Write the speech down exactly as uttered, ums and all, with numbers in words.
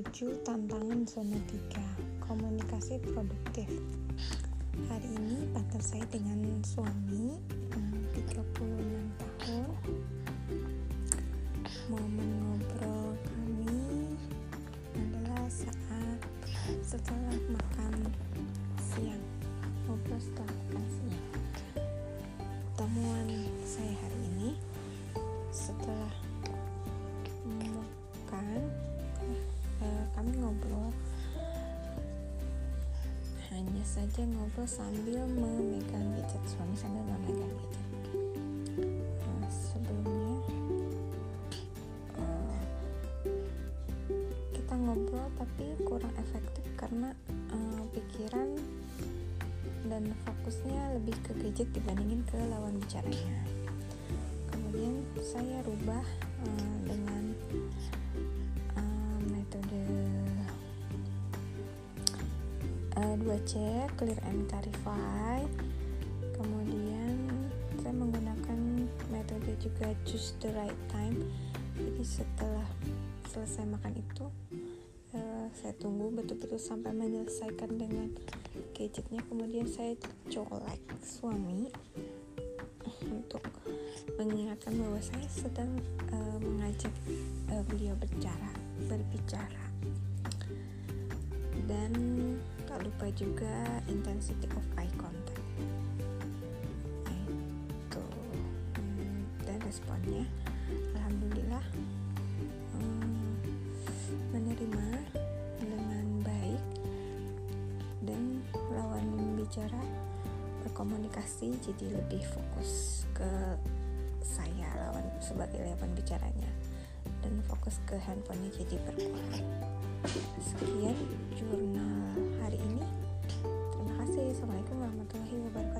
tujuh Tantangan zona tiga, komunikasi produktif. Hari ini partner saya dengan suami tiga puluh enam tahun. Momen ngobrol kami adalah saat setelah makan siang. Ngobrol setelah makan siang. Temuan saya hari ini setelah makan, eh, kami ngobrol, hanya saja ngobrol sambil memegang gadget, suami sambil memegang gadget. Nah, sebelumnya uh, kita ngobrol tapi kurang efektif karena uh, pikiran dan fokusnya lebih ke gadget dibandingin ke lawan bicaranya. Kemudian saya rubah uh, dengan uh, metode uh, dua C, clear and clarify. Kemudian saya menggunakan metode juga choose the right time. Jadi setelah selesai makan itu uh, saya tunggu betul-betul sampai menyelesaikan dengan gadgetnya. Kemudian saya colek suami untuk mengingatkan bahwa saya sedang uh, mengajak uh, beliau berbicara, berbicara. Dan tak lupa juga intensity of eye contact. Itu hmm, dan responnya, alhamdulillah hmm, menerima dengan baik dan lawan bicara berkomunikasi jadi lebih fokus ke saya lawan sebagai lawan bicaranya dan fokus ke handphonenya jadi berkurang. Sekian jurnal hari ini. Terima kasih. Assalamualaikum warahmatullahi wabarakatuh.